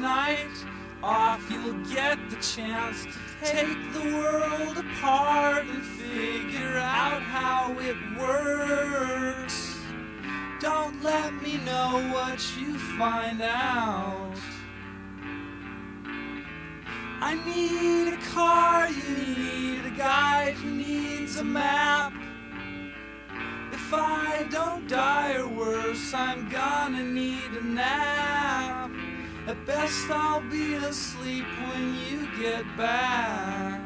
night off, you'll get the chance to take the world apart and figure out how it works. Don't let me know what you find out. I need a car, you need a guide who needs a map. If I don't die or worse, I'm gonna need a nap. At best I'll be asleep when you get back.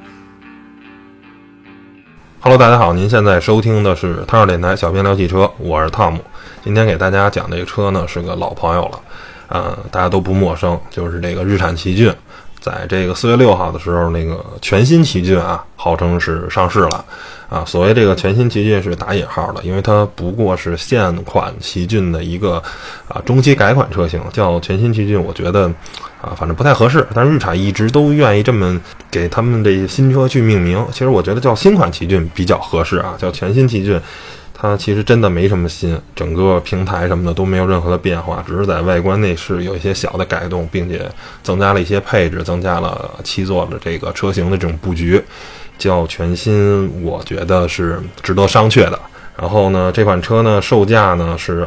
Hello， 大家好，您现在收听的是汤少电台小编聊汽车，我是汤姆。今天给大家讲这个车呢是个老朋友了，大家都不陌生，就是这个日产奇骏。在这个4月6号的时候，那个全新奇骏啊，号称是上市了啊。所谓这个全新奇骏是打引号的，因为它不过是现款奇骏的一个中期改款车型，叫全新奇骏，我觉得反正不太合适。但是日产一直都愿意这么给他们这新车去命名，其实我觉得叫新款奇骏比较合适啊，叫全新奇骏。它其实真的没什么新，整个平台什么的都没有任何的变化，只是在外观内饰有一些小的改动，并且增加了一些配置，增加了7座的这个车型的这种布局，叫全新，我觉得是值得商榷的。然后呢，这款车呢售价呢是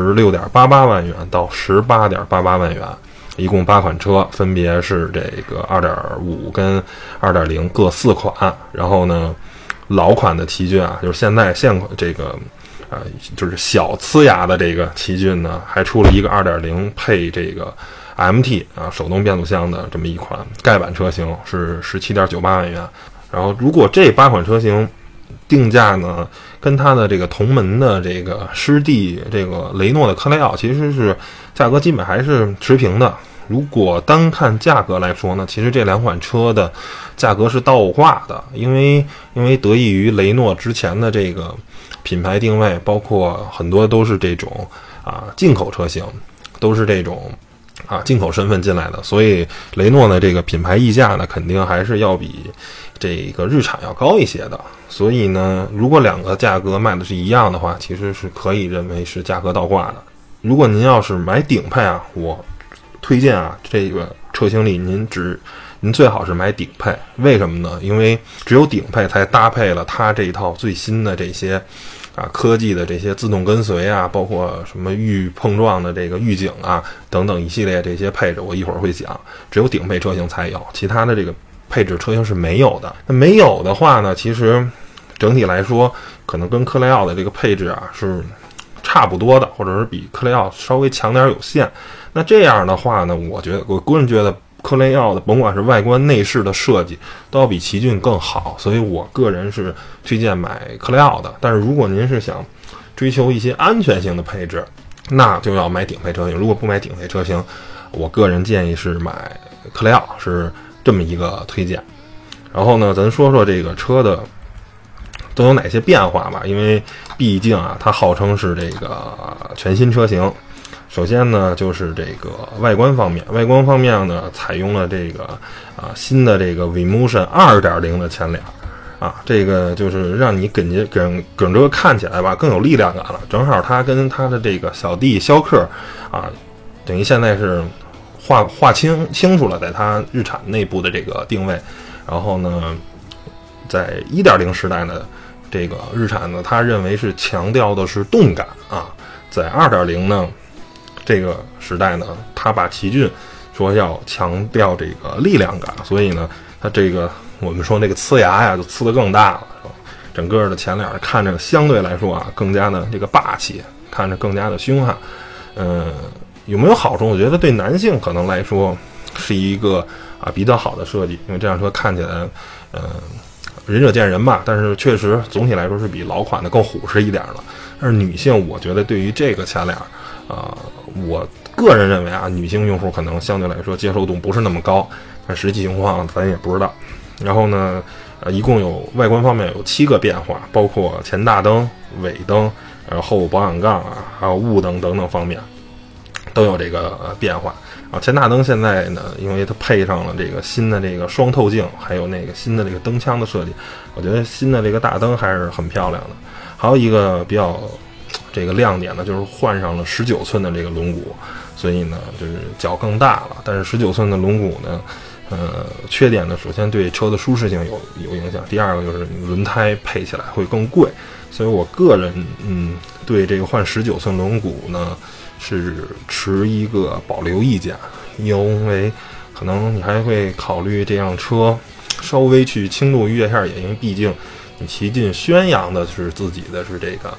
26.88万元到18.88万元，一共8款车，分别是这个 2.5 跟 2.0 各4款。然后呢，老款的奇骏啊，就是现款这个就是小呲牙的这个奇骏呢，还出了一个 2.0 配这个 MT 手动变速箱的这么一款盖板车型，是 17.98 万元。然后如果这8款车型定价呢，跟它的这个同门的这个湿地这个雷诺的科雷傲其实是价格基本还是持平的。如果单看价格来说呢，其实这2款车的价格是倒挂的，因为得益于雷诺之前的这个品牌定位，包括很多都是这种进口车型，都是这种进口身份进来的，所以雷诺的这个品牌溢价呢，肯定还是要比这个日产要高一些的。所以呢，如果2个价格卖的是一样的话，其实是可以认为是价格倒挂的。如果您要是买顶配我推荐这个车型里您最好是买顶配。为什么呢？因为只有顶配才搭配了它这一套最新的这些科技的这些自动跟随包括什么预碰撞的这个预警等等一系列这些配置，我一会儿会讲，只有顶配车型才有，其他的这个配置车型是没有的。那没有的话呢，其实整体来说可能跟科雷傲的这个配置是差不多的，或者是比科雷傲稍微强点有限。那这样的话呢，我个人觉得科雷傲的甭管是外观内饰的设计都要比奇骏更好，所以我个人是推荐买科雷傲的。但是如果您是想追求一些安全性的配置，那就要买顶配车型。如果不买顶配车型，我个人建议是买科雷傲，是这么一个推荐。然后呢，咱说说这个车的都有哪些变化吧，因为毕竟它号称是这个全新车型。首先呢，就是这个外观方面呢，采用了这个新的这个 V-Motion 2.0 的前脸这个就是让你整个看起来更有力量感了。正好它跟它的这个小弟逍客等于现在是划清楚了，在它日产内部的这个定位。然后呢，在 1.0 时代呢，这个日产呢，他认为是强调的是动感在 2.0 呢这个时代呢，他把奇骏说要强调这个力量感，所以呢，它这个我们说那个呲牙就呲得更大了，整个的前脸看着相对来说更加的这个霸气，看着更加的凶悍。有没有好处？我觉得对男性可能来说是一个比较好的设计，因为这辆车看起来仁者见仁吧，但是确实总体来说是比老款的更虎实一点了。但是女性，我觉得对于这个前脸我个人认为女性用户可能相对来说接受度不是那么高，但实际情况咱也不知道。然后呢，一共有外观方面有7个变化，包括前大灯、尾灯、后保险杠还有雾灯等等方面都有这个变化。前大灯现在呢，因为它配上了这个新的这个双透镜，还有那个新的这个灯腔的设计，我觉得新的这个大灯还是很漂亮的。还有一个比较这个亮点呢，就是换上了19寸的这个轮毂，所以呢就是脚更大了。但是19寸的轮毂呢，缺点呢，首先对车的舒适性有影响，第二个就是轮胎配起来会更贵。所以我个人对这个换19寸轮毂呢是持一个保留意见，因为可能你还会考虑这辆车稍微去轻度越一下野，因为毕竟你奇骏宣扬的是自己的是这个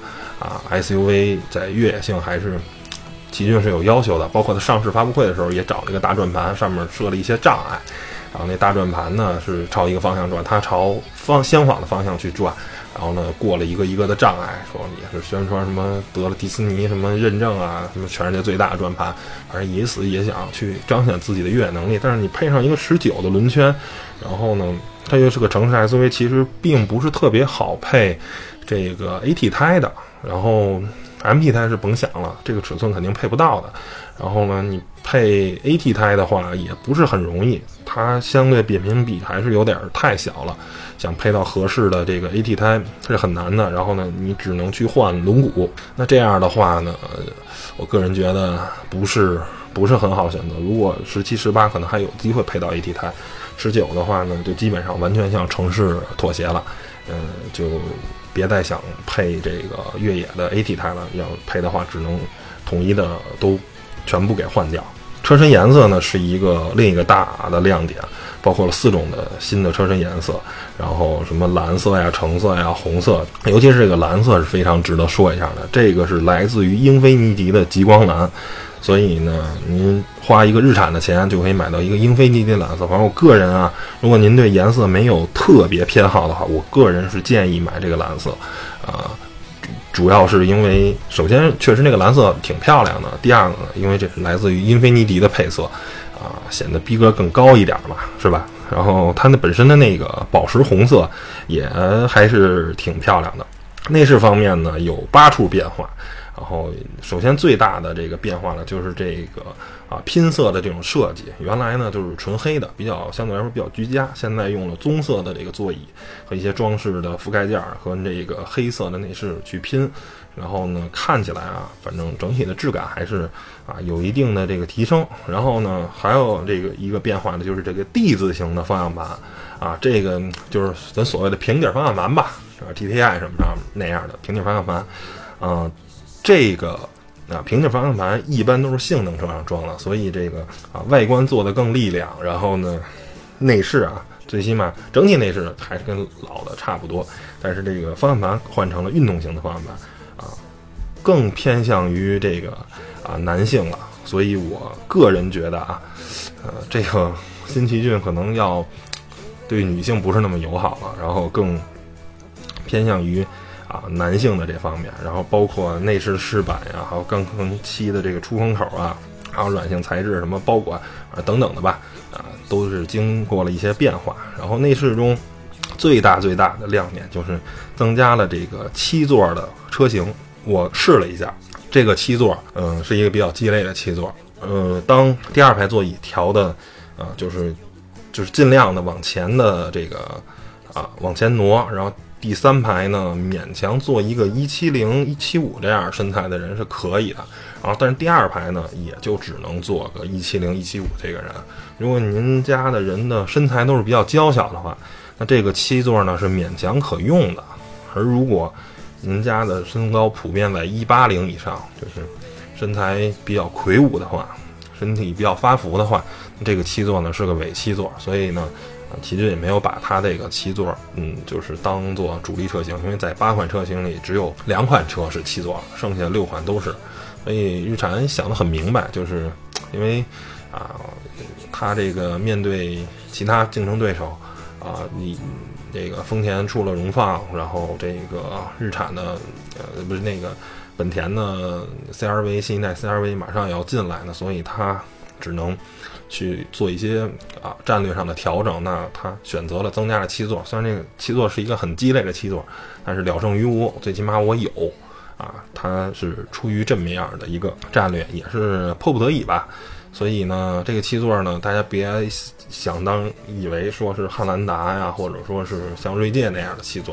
SUV 在越野性还是奇骏是有要求的，包括它上市发布会的时候也找了一个大转盘，上面设了一些障碍，然后那大转盘呢是朝一个方向转，它朝相反的方向去转，然后呢过了一个一个的障碍，说也是宣传什么得了迪士尼什么认证啊，什么全世界最大的转盘，反正也想去彰显自己的越野能力。但是你配上一个19的轮圈，然后呢它又是个城市 SUV， 其实并不是特别好配这个 AT 胎的，然后 MT 胎是甭想了，这个尺寸肯定配不到的。然后呢你配 AT 胎的话也不是很容易，它相对扁平比还是有点太小了，想配到合适的这个 AT 胎是很难的。然后呢你只能去换轮毂，那这样的话呢我个人觉得不是很好选择。如果17、18可能还有机会配到 AT 胎，19的话呢就基本上完全向城市妥协了，就别再想配这个越野的 AT 胎了，要配的话只能统一的都全部给换掉。车身颜色呢是另一个大的亮点，包括了4种的新的车身颜色，然后什么蓝色呀、橙色呀、红色，尤其是这个蓝色是非常值得说一下的，这个是来自于英菲尼迪的极光蓝。所以呢您花一个日产的钱就可以买到一个英菲尼迪蓝色。反正我个人如果您对颜色没有特别偏好的话，我个人是建议买这个蓝色主要是因为首先确实那个蓝色挺漂亮的，第二个呢因为这是来自于英菲尼迪的配色显得逼格更高一点嘛，是吧？然后它本身的那个宝石红色也还是挺漂亮的。内饰方面呢有8处变化，然后首先最大的这个变化呢就是这个拼色的这种设计，原来呢就是纯黑的，相对来说比较居家，现在用了棕色的这个座椅和一些装饰的覆盖件和这个黑色的内饰去拼，然后呢看起来反正整体的质感还是有一定的这个提升。然后呢还有这个一个变化呢就是这个 D 字形的方向盘这个就是咱所谓的平底方向盘吧，TTI 什么那样的平底方向盘这个平底方向盘一般都是性能车上装了，所以这个外观做得更力亮，然后呢内饰最起码整体内饰还是跟老的差不多，但是这个方向盘换成了运动型的方向盘更偏向于这个男性了。所以我个人觉得这个新奇骏可能要对女性不是那么友好了，然后更偏向于男性的这方面，然后包括内饰饰板呀，还有钢坑漆的这个出风口还有软性材质什么包裹等等的吧都是经过了一些变化。然后内饰中最大的亮点就是增加了这个7座的车型。我试了一下这个7座是一个比较鸡肋的7座当第2排座椅调的就是尽量的往前的这个往前挪，然后第3排呢勉强做一个170、175这样身材的人是可以的，然后但是第2排呢也就只能做个170、175这个人。如果您家的人的身材都是比较娇小的话，那这个7座呢是勉强可用的。而如果您家的身高普遍在180以上，就是身材比较魁梧的话，身体比较发福的话，这个7座呢是个伪7座。所以呢奇骏也没有把它这个7座就是当做主力车型，因为在8款车型里只有2款车是7座，剩下6款都是。所以日产想得很明白，就是因为它这个面对其他竞争对手你这个丰田出了荣放，然后这个日产的不是那个本田的 CR-V 新一代 CR-V 马上也要进来呢，所以它只能去做一些战略上的调整。那他选择了增加了7座，虽然这个7座是一个很鸡肋的7座，但是了胜于无，最起码我有他是出于这么样的一个战略，也是迫不得已吧。所以呢这个7座呢大家别以为说是汉兰达呀，或者说是像锐界那样的7座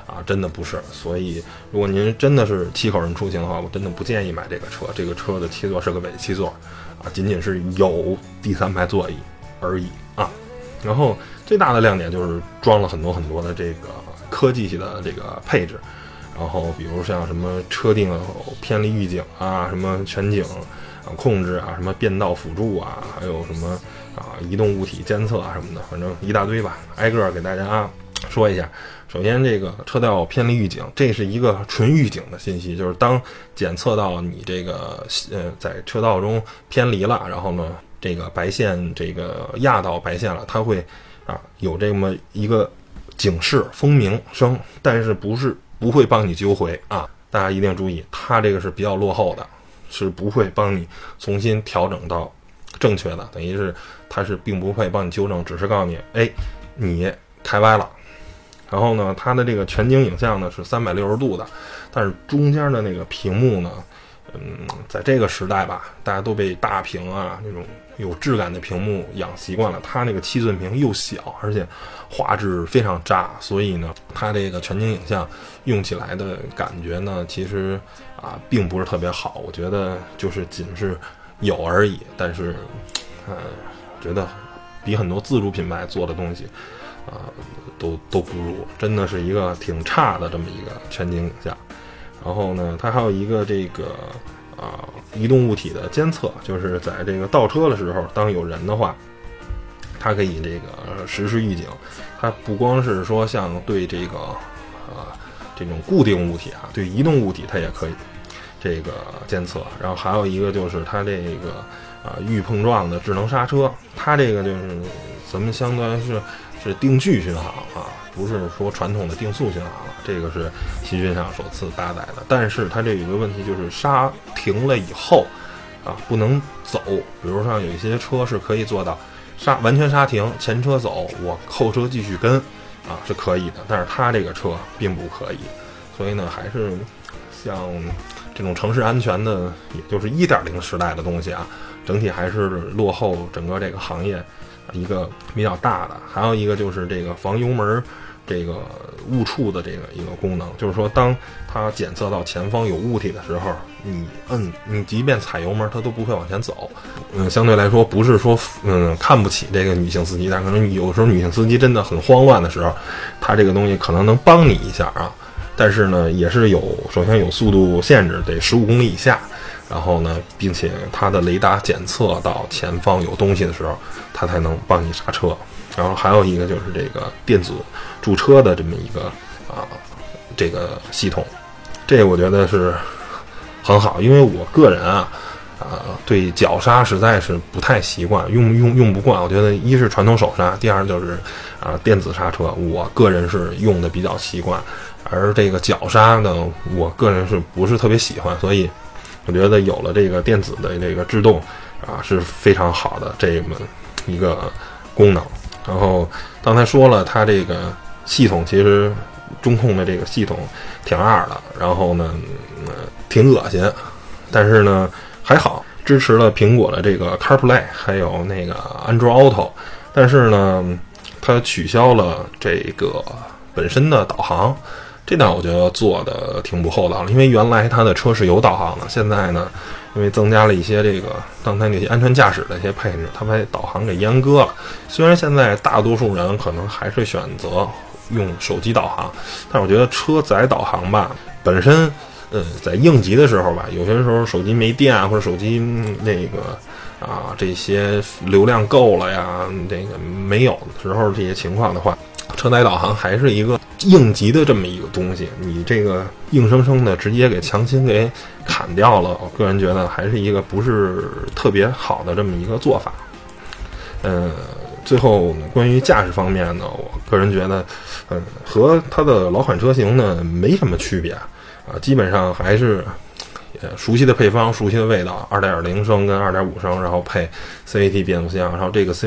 真的不是。所以如果您真的是7口人出行的话，我真的不建议买这个车。这个车的7座是个尾7座仅仅是有第3排座椅而已然后最大的亮点就是装了很多很多的这个科技系的这个配置，然后比如像什么车定偏离预警什么全景控制什么变道辅助还有什么移动物体监测什么的，反正一大堆吧，挨个给大家说一下。首先这个车道偏离预警，这是一个纯预警的信息，就是当检测到你这个在车道中偏离了，然后呢这个白线这个压到白线了，它会有这么一个警示风鸣声，但是不会帮你揪回大家一定注意，它这个是比较落后的，是不会帮你重新调整到正确的，等于是它是并不会帮你纠正，只是告诉你你开歪了。然后呢它的这个全景影像呢是360度的，但是中间的那个屏幕呢在这个时代吧，大家都被大屏那种有质感的屏幕养习惯了，它那个7寸屏又小，而且画质非常渣，所以呢它这个全景影像用起来的感觉呢其实并不是特别好，我觉得就是仅是有而已，但是觉得比很多自主品牌做的东西都不如，真的是一个挺差的这么一个全景影像。然后呢它还有一个这个移动物体的监测，就是在这个倒车的时候，当有人的话，它可以这个实时预警。它不光是说像对这个这种固定物体对移动物体它也可以这个监测。然后还有一个就是它这个预碰撞的智能刹车，它这个就是咱们相对来说是定距巡航不是说传统的定速巡航了，这个是奇骏上首次搭载的。但是它这有一个问题，就是刹停了以后不能走，比如像有一些车是可以做到完全刹停，前车走，我后车继续跟是可以的，但是它这个车并不可以。所以呢还是像这种城市安全的，也就是 1.0 时代的东西整体还是落后整个这个行业一个比较大的。还有一个就是这个防油门这个误触的这个一个功能，就是说当它检测到前方有物体的时候，你即便踩油门它都不会往前走。相对来说不是说看不起这个女性司机，但可能有时候女性司机真的很慌乱的时候，它这个东西可能能帮你一下但是呢也是首先有速度限制，得15公里以下，然后呢并且它的雷达检测到前方有东西的时候，它才能帮你刹车。然后还有一个就是这个电子驻车的这么一个这个系统，这我觉得是很好，因为我个人对脚刹实在是不太习惯，用不惯。我觉得一是传统手刹，第二就是电子刹车，我个人是用的比较习惯，而这个脚刹呢，我个人是不是特别喜欢，所以我觉得有了这个电子的这个制动是非常好的这么一个功能。然后刚才说了，它这个系统其实中控的这个系统挺二的，然后呢挺恶心，但是呢还好支持了苹果的这个 CarPlay 还有那个 Android Auto， 但是呢它取消了这个本身的导航，这点我觉得做的挺不厚道了，因为原来它的车是有导航的，现在呢因为增加了一些这个刚才那些安全驾驶的一些配置，它把导航给阉割了。虽然现在大多数人可能还是选择用手机导航，但我觉得车载导航吧，本身在应急的时候吧，有些时候手机没电或者手机那个这些流量够了呀，这个没有的时候，这些情况的话，车载导航还是一个应急的这么一个东西，你这个硬生生的直接给强行给砍掉了，我个人觉得还是一个不是特别好的这么一个做法。最后关于驾驶方面呢，我个人觉得和它的老款车型呢没什么区别基本上还是熟悉的配方，熟悉的味道， 2.0 升跟 2.5 升，然后配 CVT 变速箱，然后这个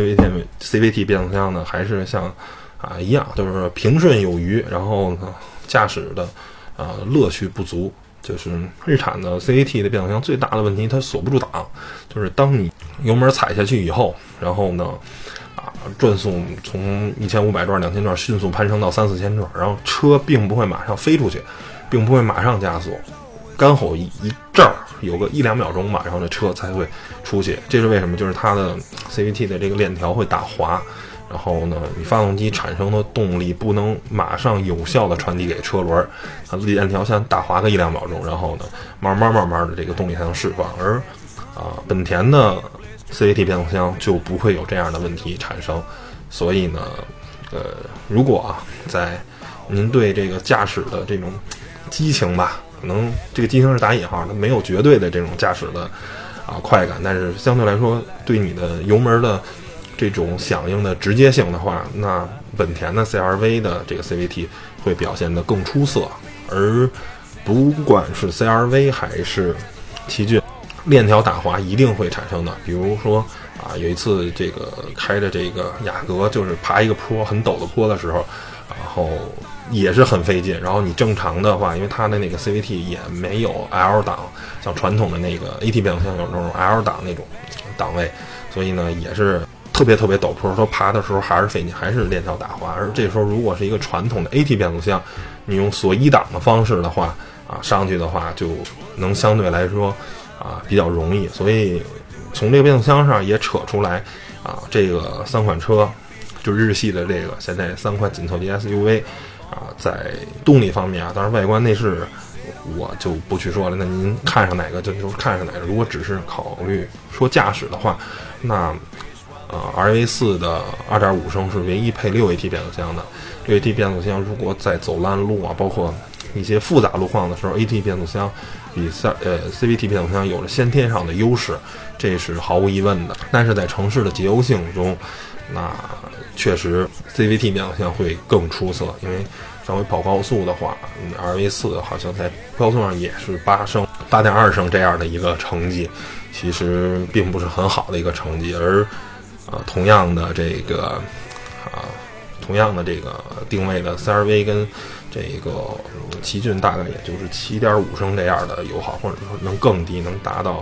CVT 变速箱呢还是像一样，就是平顺有余，然后呢驾驶的乐趣不足。就是日产的 CVT 的变速箱最大的问题，它锁不住档，就是当你油门踩下去以后，然后呢转速从1500转、2000转迅速攀升到3-4千转，然后车并不会马上飞出去，并不会马上加速，干吼一阵儿，有个1-2秒钟，马上这车才会出去。这是为什么？就是它的 CVT 的这个链条会打滑，然后呢，你发动机产生的动力不能马上有效的传递给车轮，它链条先打滑个1-2秒钟，然后呢，慢慢的这个动力才能释放。而本田的 CVT 变速箱就不会有这样的问题产生。所以呢，如果在您对这个驾驶的这种激情吧，可能这个激情是打引号的，没有绝对的这种驾驶的快感，但是相对来说对你的油门的这种响应的直接性的话，那本田的 CR-V 的这个 CVT 会表现得更出色。而不管是 CR-V 还是奇骏，链条打滑一定会产生的。比如说有一次这个开着这个雅阁，就是爬一个坡很陡的坡的时候，然后也是很费劲。然后你正常的话，因为它的那个 CVT 也没有 L 档，像传统的那个 AT 变速箱有那种 L 档那种档位，所以呢也是特别陡坡，说爬的时候还是费劲，还是链条打滑。而这时候如果是一个传统的 AT 变速箱，你用锁一档的方式的话上去的话，就能相对来说比较容易。所以从这个变速箱上也扯出来这个3款车，就日系的这个现在3款紧凑级 SUV 在动力方面当然外观内饰我就不去说了，那您看上哪个就看上哪个。如果只是考虑说驾驶的话，那RAV4 的 2.5 升是唯一配6AT 变速箱的。6AT 变速箱如果在走烂路包括一些复杂路况的时候， AT 变速箱比CVT 变速箱有了先天上的优势，这是毫无疑问的。但是在城市的节油性中，那确实 CVT 变速箱会更出色。因为稍微跑高速的话，RAV4 好像在高速上也是8.2升这样的一个成绩，其实并不是很好的一个成绩。而同样的这个定位的 CR-V 跟这个奇骏大概也就是7.5升这样的油耗，或者说能更低，能达到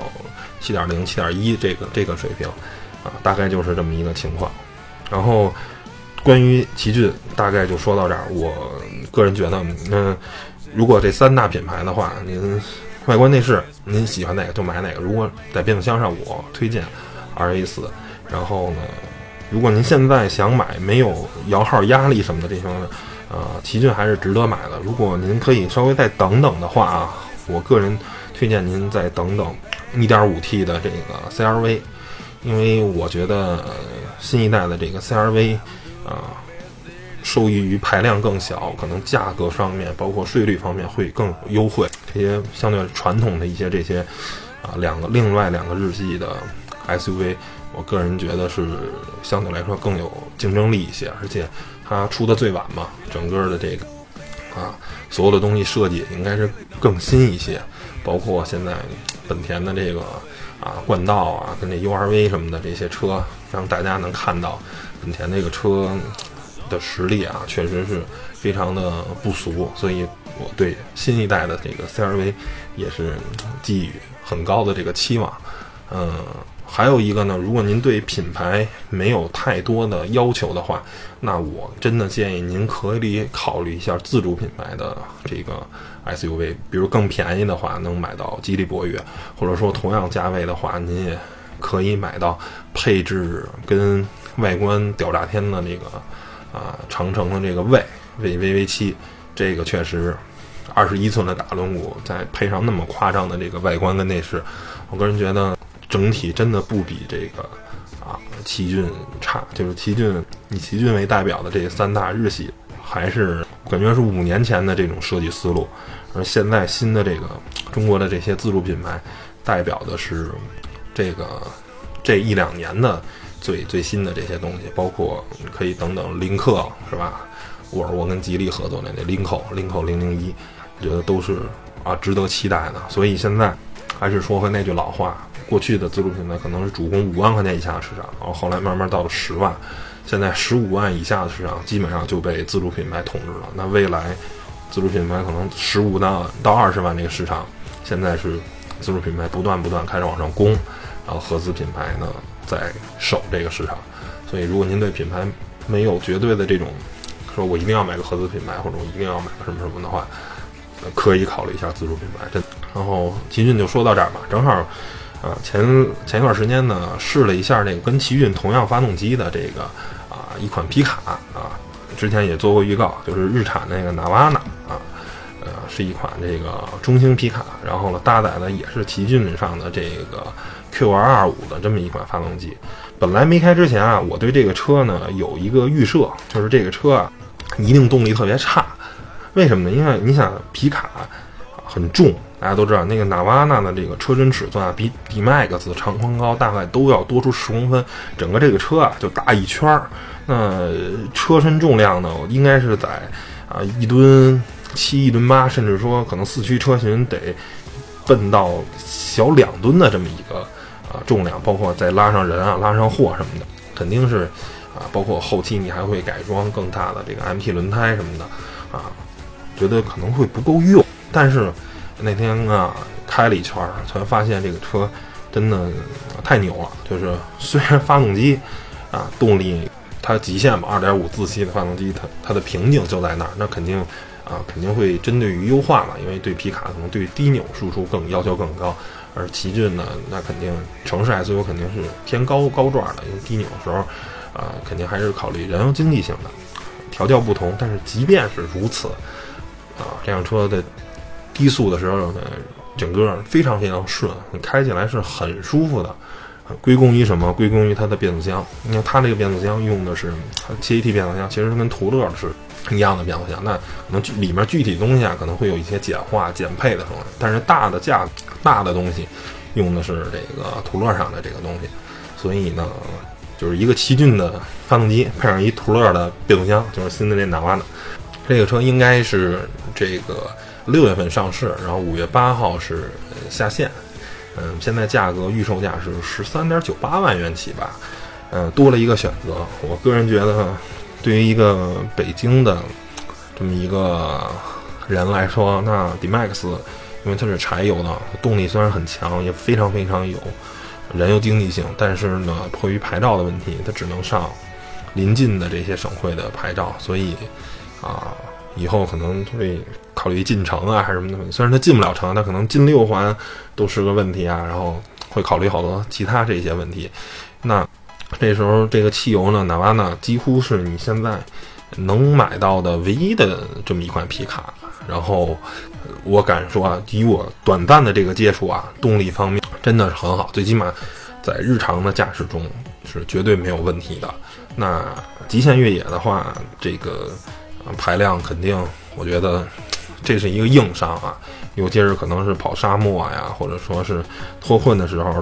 7.0、7.1这个水平大概就是这么一个情况。然后关于奇骏大概就说到这儿。我个人觉得如果这3大品牌的话，您外观内饰您喜欢哪个就买哪个。如果在变速箱上，我推荐 RA4。然后呢，如果您现在想买没有摇号压力什么的这些奇骏还是值得买的。如果您可以稍微再等等的话我个人推荐您再等等 1.5T 的这个 CR-V。因为我觉得新一代的这个 CR-V受益于排量更小，可能价格上面包括税率方面会更优惠。这些相对传统的一些这些另外两个日系的 SUV， 我个人觉得是相对来说更有竞争力一些。而且它出的最晚嘛，整个的这个所有的东西设计应该是更新一些。包括现在本田的这个冠道跟这 URV 什么的这些车，让大家能看到本田这个车的实力确实是非常的不俗。所以我对新一代的这个 CR-V 也是寄予很高的这个期望。还有一个呢，如果您对品牌没有太多的要求的话，那我真的建议您可以考虑一下自主品牌的这个 SUV。比如更便宜的话能买到吉利博越，或者说同样价位的话您也可以买到配置跟外观屌炸天的那个长城的这个VV7。这个确实21寸的大轮毂再配上那么夸张的这个外观跟内饰，我个人觉得整体真的不比这个奇骏差。就是以奇骏为代表的这3大日系，还是感觉是5年前的这种设计思路。而现在新的这个中国的这些自主品牌，代表的是这1-2年的最新的这些东西。包括可以等等林克是吧，沃尔沃跟吉利合作的那林口001，我觉得都是值得期待的。所以现在还是说回那句老话，过去的自主品牌可能是主攻5万块钱以下的市场，然后后来慢慢到了10万，现在15万以下的市场基本上就被自主品牌统治了。那未来自主品牌可能15到20万这个市场，现在是自主品牌不断开始往上攻，然后合资品牌呢在守这个市场。 所以如果您对品牌没有绝对的这种说我一定要买个合资品牌，或者我一定要买个什么什么的话，可以考虑一下自主品牌。真的。然后奇骏就说到这儿吧，正好前一段时间呢试了一下这个跟奇骏同样发动机的这个一款皮卡之前也做过预告，就是日产那个纳瓦纳是一款这个中型皮卡，然后呢搭载的也是奇骏上的这个 Q225 的这么一款发动机。本来没开之前我对这个车呢有一个预设，就是这个车一定动力特别差。为什么呢？因为你想皮卡很重，大家都知道那个纳瓦纳的这个车身尺寸比 D-Max 长宽高大概都要多出10公分，整个这个车就大一圈。那车身重量呢应该是在1吨7、1吨8，甚至说可能4驱车型得奔到小2吨的这么一个重量，包括再拉上人拉上货什么的，肯定是包括后期你还会改装更大的这个 MT 轮胎什么的觉得可能会不够用。但是那天开了一圈才发现这个车真的太牛了，就是虽然发动机动力它极限嘛，2.5自吸的发动机它的瓶颈就在那儿，那肯定会针对于优化嘛，因为对皮卡可能对低扭输出要求更高，而奇骏呢那肯定城市 SUV 肯定是偏高转的，因为低扭的时候肯定还是考虑燃油经济性的，调教不同。但是即便是如此这辆车的低速的时候呢整个非常非常顺，开起来是很舒服的。归功于什么？归功于它的变速箱。你看它这个变速箱用的是7AT 变速箱，其实跟途乐是一样的变速箱，那可能里面具体东西可能会有一些简化减配的东西，但是大的东西用的是这个途乐上的这个东西。所以呢就是一个奇骏的发动机配上一途乐的变速箱，就是新的这纳瓦纳。这个车应该是这个6月份上市，然后5月8号是下线。现在价格预售价是13.98万元起吧，多了一个选择。我个人觉得对于一个北京的这么一个人来说，那 D-Max 因为它是柴油的，动力虽然很强，也非常非常有燃油经济性，但是呢迫于牌照的问题，它只能上临近的这些省会的牌照，所以以后可能会考虑进城还是什么的。虽然它进不了城，它可能进6环都是个问题然后会考虑好多其他这些问题。那这时候这个汽油呢，纳瓦纳几乎是你现在能买到的唯一的这么一款皮卡。然后我敢说以我短暂的这个接触动力方面真的是很好，最起码在日常的驾驶中是绝对没有问题的。那极限越野的话，这个排量肯定我觉得这是一个硬伤尤其是可能是跑沙漠或者说是脱困的时候，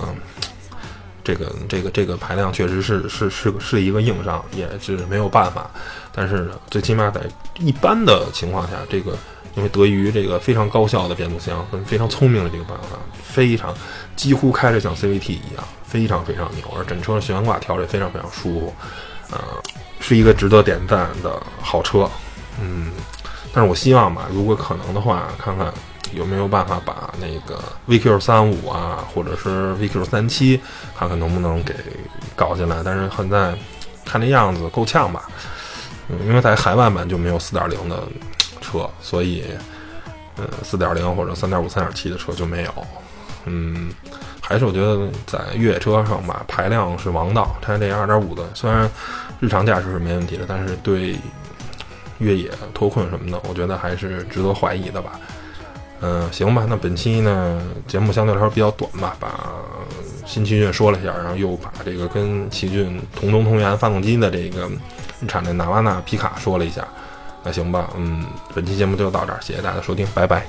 这个排量确实是一个硬伤，也是没有办法。但是最起码在一般的情况下，这个因为得益于这个非常高效的变速箱跟非常聪明的这个变速箱，几乎开着像 CVT 一样，非常非常牛，而整车悬挂调着也非常非常舒服，是一个值得点赞的好车。但是我希望如果可能的话，看看有没有办法把那个 VQ35 或者是 VQ37 看看能不能给搞进来。但是现在看这样子够呛吧，因为在海外版就没有 4.0 的车，所以4.0 或者 3.5、3.7 的车就没有。还是我觉得在越野车上吧，排量是王道。它这 2.5 的虽然日常驾驶是没问题的，但是对越野脱困什么的，我觉得还是值得怀疑的吧。行吧，那本期呢节目相对来说比较短吧，把新奇骏说了一下，然后又把这个跟奇骏同宗同源发动机的这个日产的纳瓦纳皮卡说了一下。那行吧，本期节目就到这儿，谢谢大家的收听，拜拜。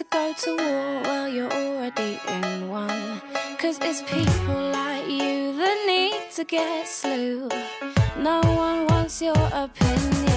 to go to war, well you're already in one. 'Cause it's people like you that need to get slew. No one wants your opinion.